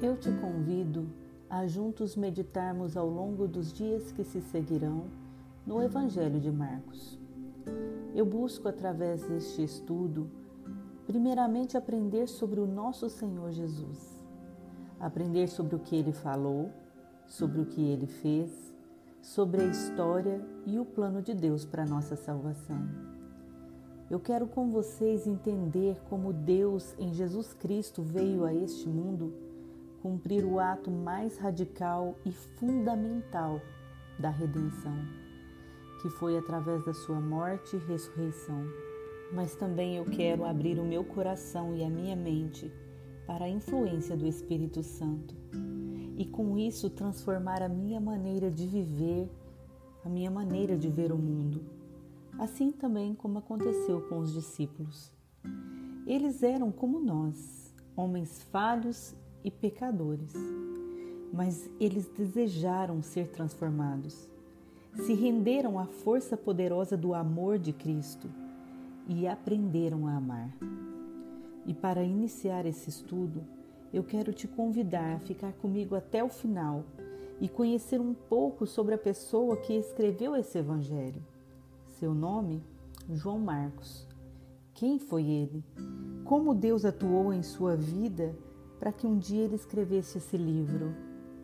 Eu te convido a juntos meditarmos ao longo dos dias que se seguirão no Evangelho de Marcos. Eu busco, através deste estudo, primeiramente aprender sobre o nosso Senhor Jesus, aprender sobre o que Ele falou, sobre o que Ele fez, sobre a história e o plano de Deus para a nossa salvação. Eu quero com vocês entender como Deus, em Jesus Cristo, veio a este mundo cumprir o ato mais radical e fundamental da redenção, que foi através da sua morte e ressurreição. Mas também eu quero abrir o meu coração e a minha mente para a influência do Espírito Santo e com isso transformar a minha maneira de viver, a minha maneira de ver o mundo, assim também como aconteceu com os discípulos. Eles eram como nós, homens falhos e pecadores, mas eles desejaram ser transformados, se renderam à força poderosa do amor de Cristo e aprenderam a amar. E para iniciar esse estudo, eu quero te convidar a ficar comigo até o final e conhecer um pouco sobre a pessoa que escreveu esse evangelho. Seu nome? João Marcos. Quem foi ele? Como Deus atuou em sua vida para que um dia ele escrevesse esse livro?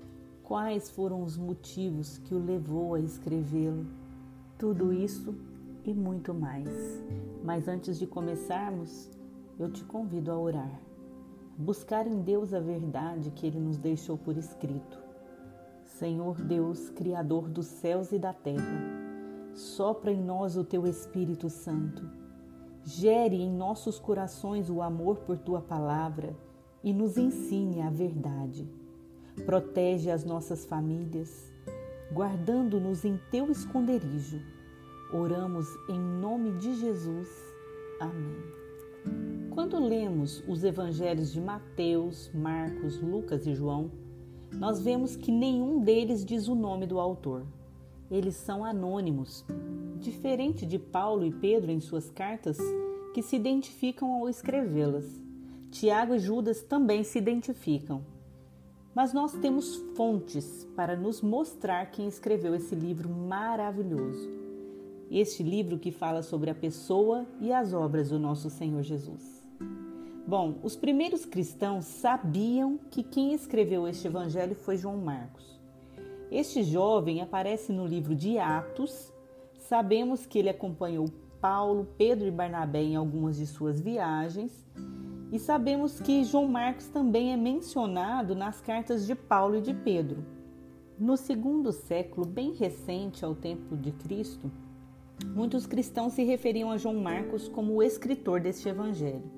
Quais foram os motivos que o levou a escrevê-lo? Tudo isso e muito mais. Mas antes de começarmos, eu te convido a orar. Buscar em Deus a verdade que Ele nos deixou por escrito. Senhor Deus, Criador dos céus e da terra, sopra em nós o Teu Espírito Santo. Gere em nossos corações o amor por Tua palavra e nos ensine a verdade. Protege as nossas famílias, guardando-nos em Teu esconderijo. Oramos em nome de Jesus. Amém. Quando lemos os evangelhos de Mateus, Marcos, Lucas e João, nós vemos que nenhum deles diz o nome do autor. Eles são anônimos, diferente de Paulo e Pedro em suas cartas, que se identificam ao escrevê-las. Tiago e Judas também se identificam. Mas nós temos fontes para nos mostrar quem escreveu esse livro maravilhoso. Este livro que fala sobre a pessoa e as obras do nosso Senhor Jesus. Bom, os primeiros cristãos sabiam que quem escreveu este evangelho foi João Marcos. Este jovem aparece no livro de Atos. Sabemos que ele acompanhou Paulo, Pedro e Barnabé em algumas de suas viagens. E sabemos que João Marcos também é mencionado nas cartas de Paulo e de Pedro. No segundo século, bem recente ao tempo de Cristo, muitos cristãos se referiam a João Marcos como o escritor deste evangelho.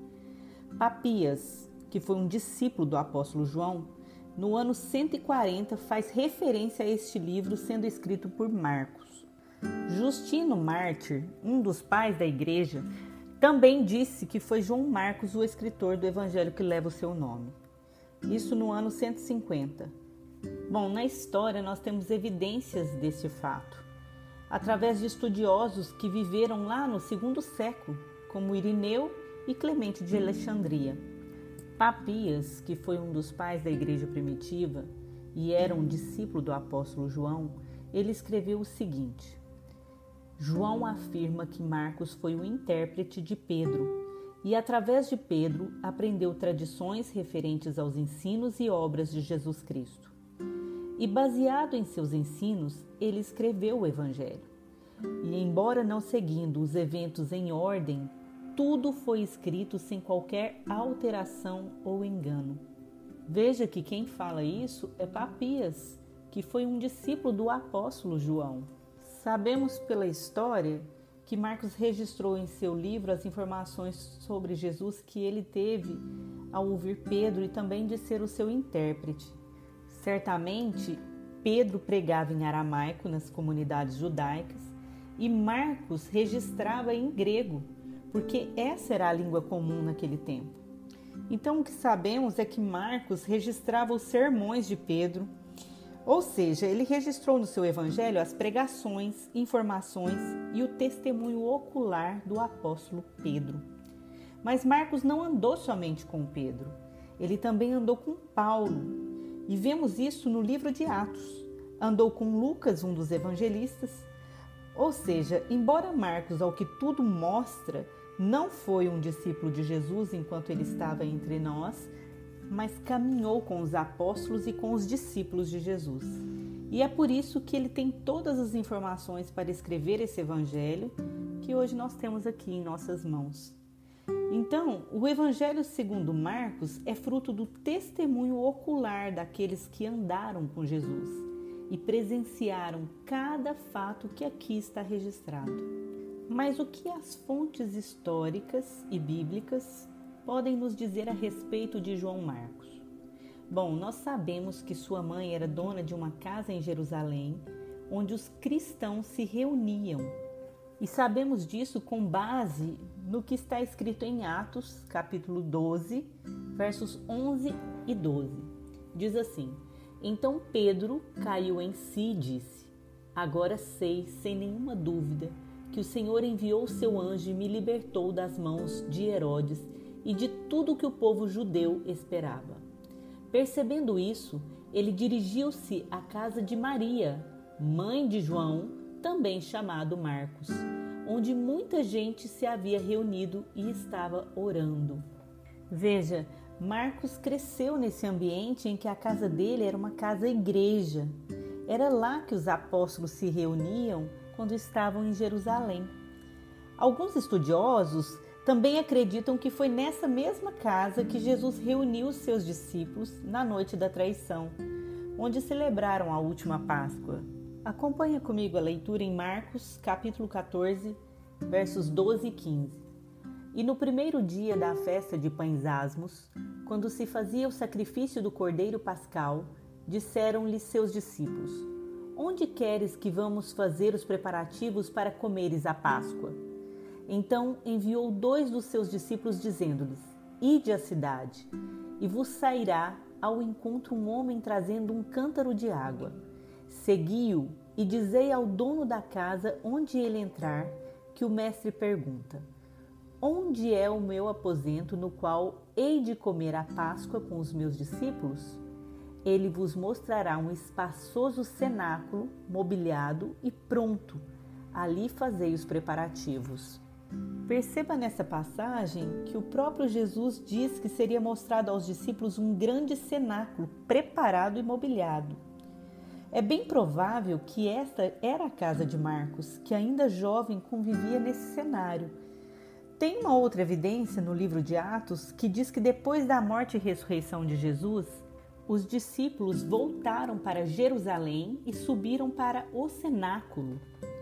Papias, que foi um discípulo do apóstolo João, no ano 140 faz referência a este livro sendo escrito por Marcos. Justino Mártir, um dos pais da igreja, também disse que foi João Marcos o escritor do evangelho que leva o seu nome. Isso no ano 150. Bom, na história nós temos evidências desse fato, através de estudiosos que viveram lá no segundo século, como Irineu e Clemente de Alexandria. Papias, que foi um dos pais da igreja primitiva e era um discípulo do apóstolo João, ele escreveu o seguinte: João afirma que Marcos foi o intérprete de Pedro e, através de Pedro, aprendeu tradições referentes aos ensinos e obras de Jesus Cristo. E, baseado em seus ensinos, ele escreveu o Evangelho. E, embora não seguindo os eventos em ordem, tudo foi escrito sem qualquer alteração ou engano. Veja que quem fala isso é Papias, que foi um discípulo do apóstolo João. Sabemos pela história que Marcos registrou em seu livro as informações sobre Jesus que ele teve ao ouvir Pedro e também de ser o seu intérprete. Certamente, Pedro pregava em aramaico nas comunidades judaicas e Marcos registrava em grego, porque essa era a língua comum naquele tempo. Então, o que sabemos é que Marcos registrava os sermões de Pedro, ou seja, ele registrou no seu evangelho as pregações, informações e o testemunho ocular do apóstolo Pedro. Mas Marcos não andou somente com Pedro, ele também andou com Paulo. E vemos isso no livro de Atos. Andou com Lucas, um dos evangelistas. Ou seja, embora Marcos, ao que tudo mostra, não foi um discípulo de Jesus enquanto ele estava entre nós, mas caminhou com os apóstolos e com os discípulos de Jesus. E é por isso que ele tem todas as informações para escrever esse evangelho que hoje nós temos aqui em nossas mãos. Então, o Evangelho segundo Marcos é fruto do testemunho ocular daqueles que andaram com Jesus e presenciaram cada fato que aqui está registrado. Mas o que as fontes históricas e bíblicas podem nos dizer a respeito de João Marcos? Bom, nós sabemos que sua mãe era dona de uma casa em Jerusalém, onde os cristãos se reuniam. E sabemos disso com base no que está escrito em Atos, capítulo 12, versos 11 e 12. Diz assim: Então Pedro caiu em si e disse: Agora sei, sem nenhuma dúvida, que o Senhor enviou seu anjo e me libertou das mãos de Herodes e de tudo que o povo judeu esperava. Percebendo isso, ele dirigiu-se à casa de Maria, mãe de João, também chamado Marcos, onde muita gente se havia reunido e estava orando. Veja, Marcos cresceu nesse ambiente em que a casa dele era uma casa-igreja. Era lá que os apóstolos se reuniam quando estavam em Jerusalém. Alguns estudiosos também acreditam que foi nessa mesma casa que Jesus reuniu os seus discípulos na noite da traição, onde celebraram a última Páscoa. Acompanha comigo a leitura em Marcos, capítulo 14, versos 12 e 15. E no primeiro dia da festa de Pães Asmos, quando se fazia o sacrifício do Cordeiro Pascal, disseram-lhe seus discípulos: Onde queres que vamos fazer os preparativos para comeres a Páscoa? Então enviou 2 dos seus discípulos, dizendo-lhes: Ide à cidade, e vos sairá ao encontro um homem trazendo um cântaro de água. Segui-o e dizei ao dono da casa onde ele entrar, que o mestre pergunta: Onde é o meu aposento no qual hei de comer a Páscoa com os meus discípulos? Ele vos mostrará um espaçoso cenáculo, mobiliado e pronto. Ali fazei os preparativos. Perceba nessa passagem que o próprio Jesus diz que seria mostrado aos discípulos um grande cenáculo, preparado e mobiliado. É bem provável que esta era a casa de Marcos, que ainda jovem convivia nesse cenário. Tem uma outra evidência no livro de Atos que diz que depois da morte e ressurreição de Jesus, os discípulos voltaram para Jerusalém e subiram para o cenáculo.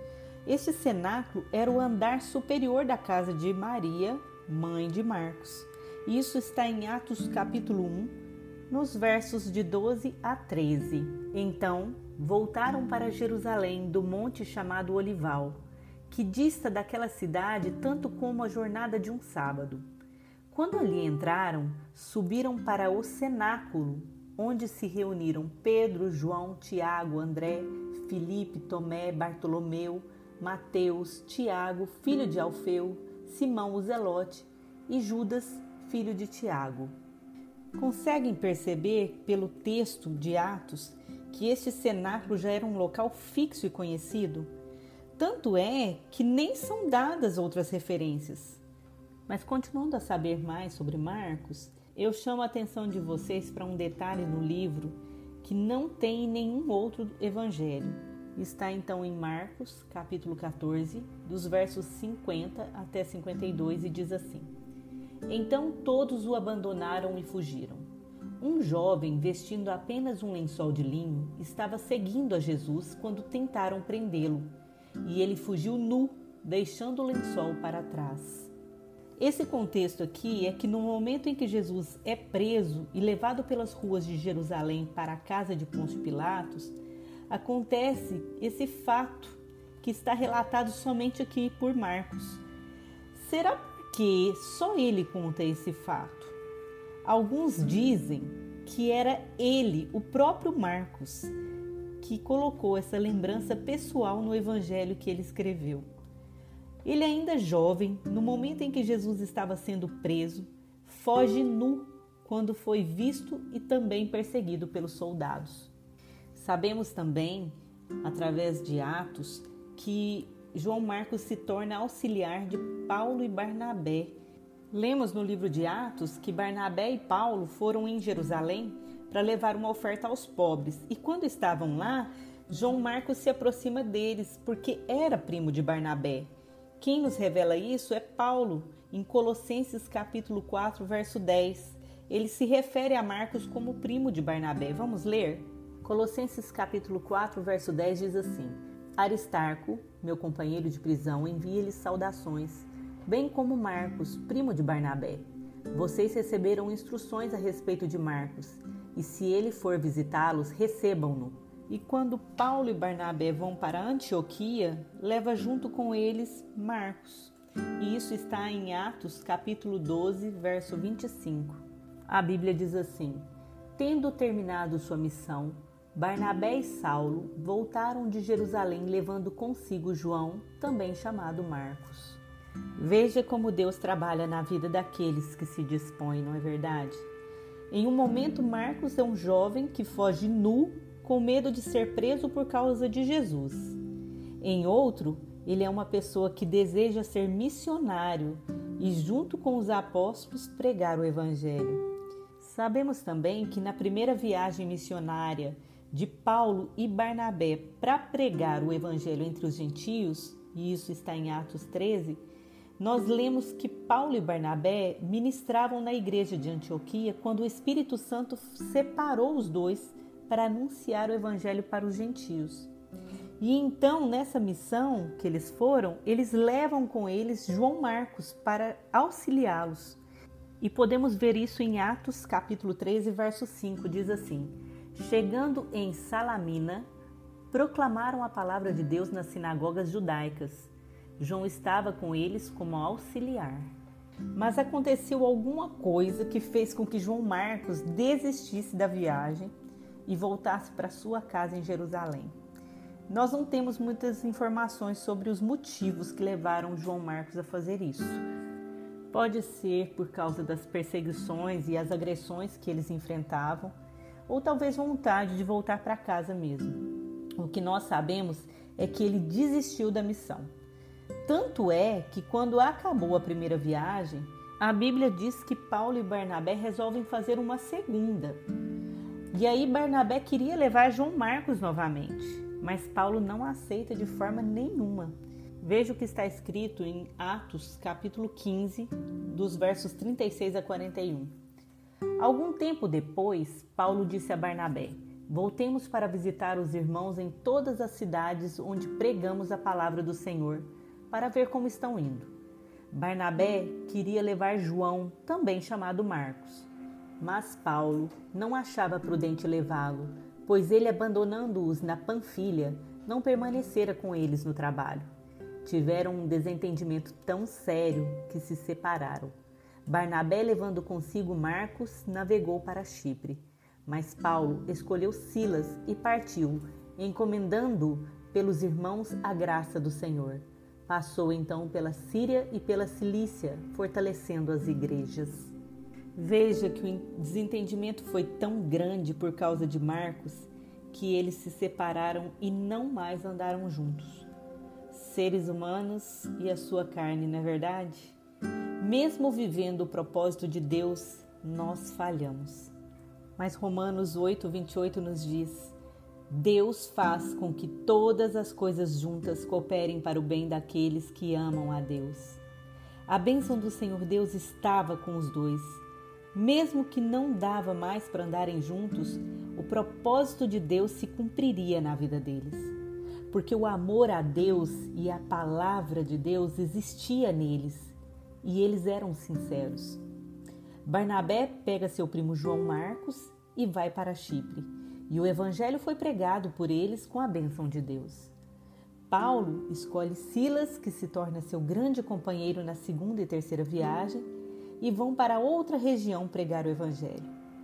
Este cenáculo era o andar superior da casa de Maria, mãe de Marcos. Isso está em Atos capítulo 1, nos versos de 12 a 13. Então, voltaram para Jerusalém do monte chamado Olival, que dista daquela cidade tanto como a jornada de um sábado. Quando ali entraram, subiram para o cenáculo, onde se reuniram Pedro, João, Tiago, André, Filipe, Tomé, Bartolomeu, Mateus, Tiago, filho de Alfeu, Simão o Zelote e Judas, filho de Tiago. Conseguem perceber pelo texto de Atos que este cenáculo já era um local fixo e conhecido? Tanto é que nem são dadas outras referências. Mas continuando a saber mais sobre Marcos, eu chamo a atenção de vocês para um detalhe no livro que não tem em nenhum outro evangelho. Está então em Marcos, capítulo 14, dos versos 50 até 52, e diz assim: Então todos o abandonaram e fugiram. Um jovem, vestindo apenas um lençol de linho, estava seguindo a Jesus quando tentaram prendê-lo, e ele fugiu nu, deixando o lençol para trás. Esse contexto aqui é que no momento em que Jesus é preso e levado pelas ruas de Jerusalém para a casa de Pôncio Pilatos, acontece esse fato que está relatado somente aqui por Marcos. Será porque só ele conta esse fato? Alguns dizem que era ele, o próprio Marcos, que colocou essa lembrança pessoal no evangelho que ele escreveu. Ele ainda jovem, no momento em que Jesus estava sendo preso, foge nu, quando foi visto e também perseguido pelos soldados. Sabemos também, através de Atos, que João Marcos se torna auxiliar de Paulo e Barnabé. Lemos no livro de Atos que Barnabé e Paulo foram em Jerusalém para levar uma oferta aos pobres, e quando estavam lá, João Marcos se aproxima deles porque era primo de Barnabé. Quem nos revela isso é Paulo, em Colossenses capítulo 4, verso 10. Ele se refere a Marcos como primo de Barnabé. Vamos ler? Colossenses capítulo 4, verso 10 diz assim: Aristarco, meu companheiro de prisão, envia-lhes saudações, bem como Marcos, primo de Barnabé. Vocês receberam instruções a respeito de Marcos, e se ele for visitá-los, recebam-no. E quando Paulo e Barnabé vão para Antioquia, leva junto com eles Marcos. E isso está em Atos capítulo 12, verso 25. A Bíblia diz assim: Tendo terminado sua missão, Barnabé e Saulo voltaram de Jerusalém levando consigo João, também chamado Marcos. Veja como Deus trabalha na vida daqueles que se dispõem, não é verdade? Em um momento, Marcos é um jovem que foge nu, com medo de ser preso por causa de Jesus. Em outro, ele é uma pessoa que deseja ser missionário e, junto com os apóstolos, pregar o Evangelho. Sabemos também que na primeira viagem missionária de Paulo e Barnabé para pregar o Evangelho entre os gentios, e isso está em Atos 13, nós lemos que Paulo e Barnabé ministravam na igreja de Antioquia quando o Espírito Santo separou os dois para anunciar o Evangelho para os gentios. E então, nessa missão que eles foram, eles levam com eles João Marcos para auxiliá-los. E podemos ver isso em Atos capítulo 13, verso 5, diz assim: Chegando em Salamina, proclamaram a palavra de Deus nas sinagogas judaicas. João estava com eles como auxiliar. Mas aconteceu alguma coisa que fez com que João Marcos desistisse da viagem e voltasse para sua casa em Jerusalém. Nós não temos muitas informações sobre os motivos que levaram João Marcos a fazer isso. Pode ser por causa das perseguições e as agressões que eles enfrentavam, ou talvez vontade de voltar para casa mesmo. O que nós sabemos é que ele desistiu da missão. Tanto é que quando acabou a primeira viagem, a Bíblia diz que Paulo e Barnabé resolvem fazer uma segunda. E aí Barnabé queria levar João Marcos novamente, mas Paulo não aceita de forma nenhuma. Veja o que está escrito em Atos capítulo 15, dos versos 36 a 41. Algum tempo depois, Paulo disse a Barnabé: Voltemos para visitar os irmãos em todas as cidades onde pregamos a palavra do Senhor, para ver como estão indo. Barnabé queria levar João, também chamado Marcos. Mas Paulo não achava prudente levá-lo, pois ele, abandonando-os na Panfilha, não permanecera com eles no trabalho. Tiveram um desentendimento tão sério que se separaram. Barnabé, levando consigo Marcos, navegou para Chipre. Mas Paulo escolheu Silas e partiu, encomendando pelos irmãos a graça do Senhor. Passou então pela Síria e pela Cilícia, fortalecendo as igrejas. Veja que o desentendimento foi tão grande por causa de Marcos que eles se separaram e não mais andaram juntos. Seres humanos e a sua carne, não é verdade? Mesmo vivendo o propósito de Deus, nós falhamos. Mas Romanos 8, 28 nos diz: Deus faz com que todas as coisas juntas cooperem para o bem daqueles que amam a Deus. A bênção do Senhor Deus estava com os dois. Mesmo que não dava mais para andarem juntos, o propósito de Deus se cumpriria na vida deles. Porque o amor a Deus e a palavra de Deus existia neles, e eles eram sinceros. Barnabé pega seu primo João Marcos e vai para Chipre, e o evangelho foi pregado por eles com a bênção de Deus. Paulo escolhe Silas, que se torna seu grande companheiro na segunda e terceira viagem, e vão para outra região pregar o evangelho.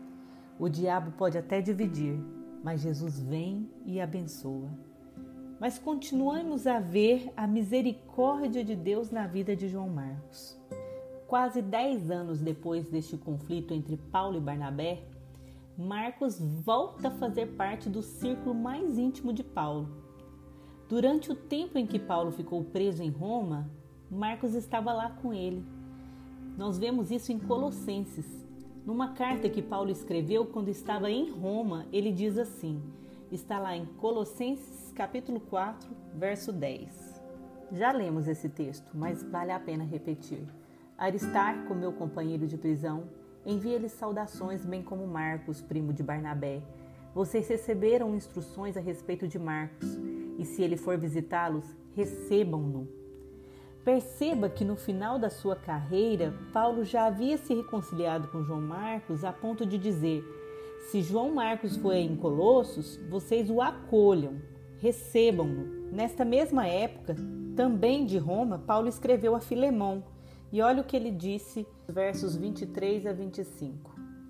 O diabo pode até dividir, mas Jesus vem e abençoa. Mas continuamos a ver a misericórdia de Deus na vida de João Marcos. Quase 10 anos depois deste conflito entre Paulo e Barnabé, Marcos volta a fazer parte do círculo mais íntimo de Paulo. Durante o tempo em que Paulo ficou preso em Roma, Marcos estava lá com ele. Nós vemos isso em Colossenses. Numa carta que Paulo escreveu quando estava em Roma, ele diz assim, está lá em Colossenses capítulo 4, verso 10. Já lemos esse texto, mas vale a pena repetir. Aristarco, meu companheiro de prisão, envia-lhes saudações, bem como Marcos, primo de Barnabé. Vocês receberam instruções a respeito de Marcos, e se ele for visitá-los, recebam-no. Perceba que no final da sua carreira, Paulo já havia se reconciliado com João Marcos a ponto de dizer, se João Marcos for em Colossos, vocês o acolham, recebam-no. Nesta mesma época, também de Roma, Paulo escreveu a Filemão, e olha o que ele disse, versos 23 a 25.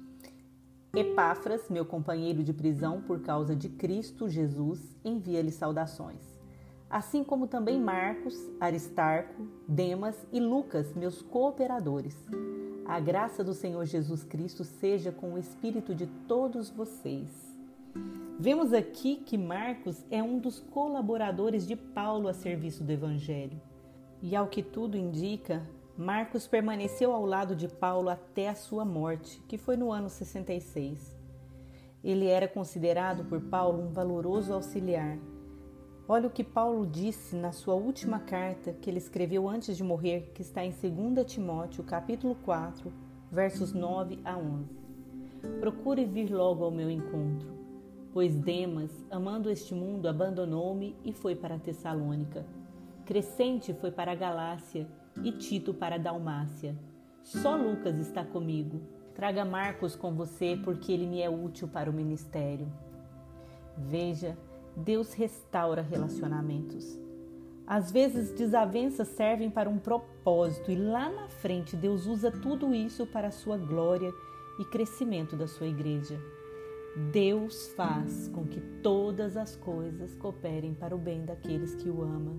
Epáfras, meu companheiro de prisão por causa de Cristo Jesus, envia-lhe saudações. Assim como também Marcos, Aristarco, Demas e Lucas, meus cooperadores. A graça do Senhor Jesus Cristo seja com o espírito de todos vocês. Vemos aqui que Marcos é um dos colaboradores de Paulo a serviço do Evangelho. E ao que tudo indica, Marcos permaneceu ao lado de Paulo até a sua morte, que foi no ano 66. Ele era considerado por Paulo um valoroso auxiliar. Olha o que Paulo disse na sua última carta que ele escreveu antes de morrer, que está em 2 Timóteo, capítulo 4, versos 9 a 11. Procure vir logo ao meu encontro, pois Demas, amando este mundo, abandonou-me e foi para Tessalônica. Crescente foi para a Galácia e Tito para a Dalmácia. Só Lucas está comigo. Traga Marcos com você, porque ele me é útil para o ministério. Veja, Deus restaura relacionamentos. Às vezes, desavenças servem para um propósito e lá na frente Deus usa tudo isso para a sua glória e crescimento da sua igreja. Deus faz com que todas as coisas cooperem para o bem daqueles que o amam.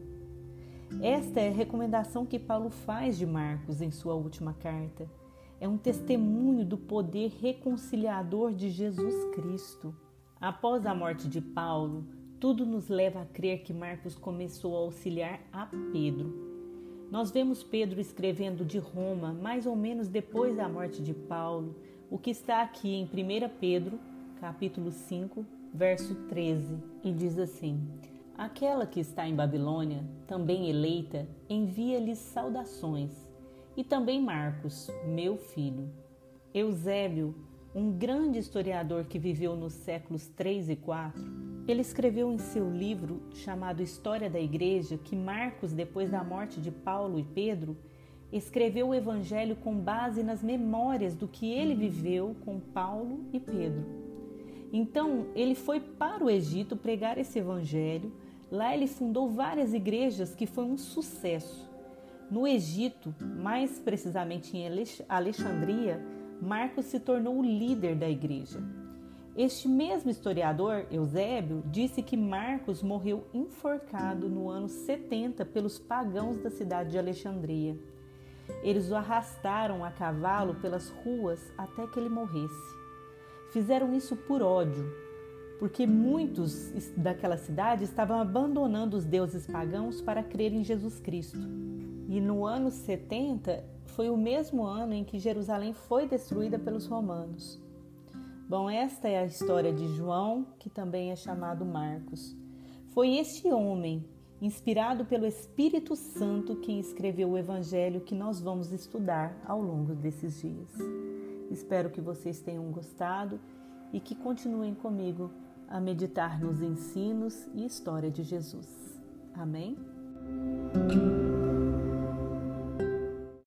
Esta é a recomendação que Paulo faz de Marcos em sua última carta. É um testemunho do poder reconciliador de Jesus Cristo. Após a morte de Paulo, tudo nos leva a crer que Marcos começou a auxiliar a Pedro. Nós vemos Pedro escrevendo de Roma, mais ou menos depois da morte de Paulo, o que está aqui em 1 Pedro, capítulo 5, verso 13, e diz assim: aquela que está em Babilônia, também eleita, envia-lhes saudações, e também Marcos, meu filho. Eusébio, um grande historiador que viveu nos séculos 3 e 4, ele escreveu em seu livro chamado História da Igreja que Marcos, depois da morte de Paulo e Pedro, escreveu o Evangelho com base nas memórias do que ele viveu com Paulo e Pedro. Então, ele foi para o Egito pregar esse Evangelho. Lá ele fundou várias igrejas que foi um sucesso. No Egito, mais precisamente em Alexandria, Marcos se tornou o líder da igreja. Este mesmo historiador, Eusébio, disse que Marcos morreu enforcado no ano 70 pelos pagãos da cidade de Alexandria. Eles o arrastaram a cavalo pelas ruas até que ele morresse. Fizeram isso por ódio, porque muitos daquela cidade estavam abandonando os deuses pagãos para crer em Jesus Cristo. E no ano 70 foi o mesmo ano em que Jerusalém foi destruída pelos romanos. Bom, esta é a história de João, que também é chamado Marcos. Foi este homem, inspirado pelo Espírito Santo, quem escreveu o Evangelho que nós vamos estudar ao longo desses dias. Espero que vocês tenham gostado e que continuem comigo a meditar nos ensinos e história de Jesus. Amém?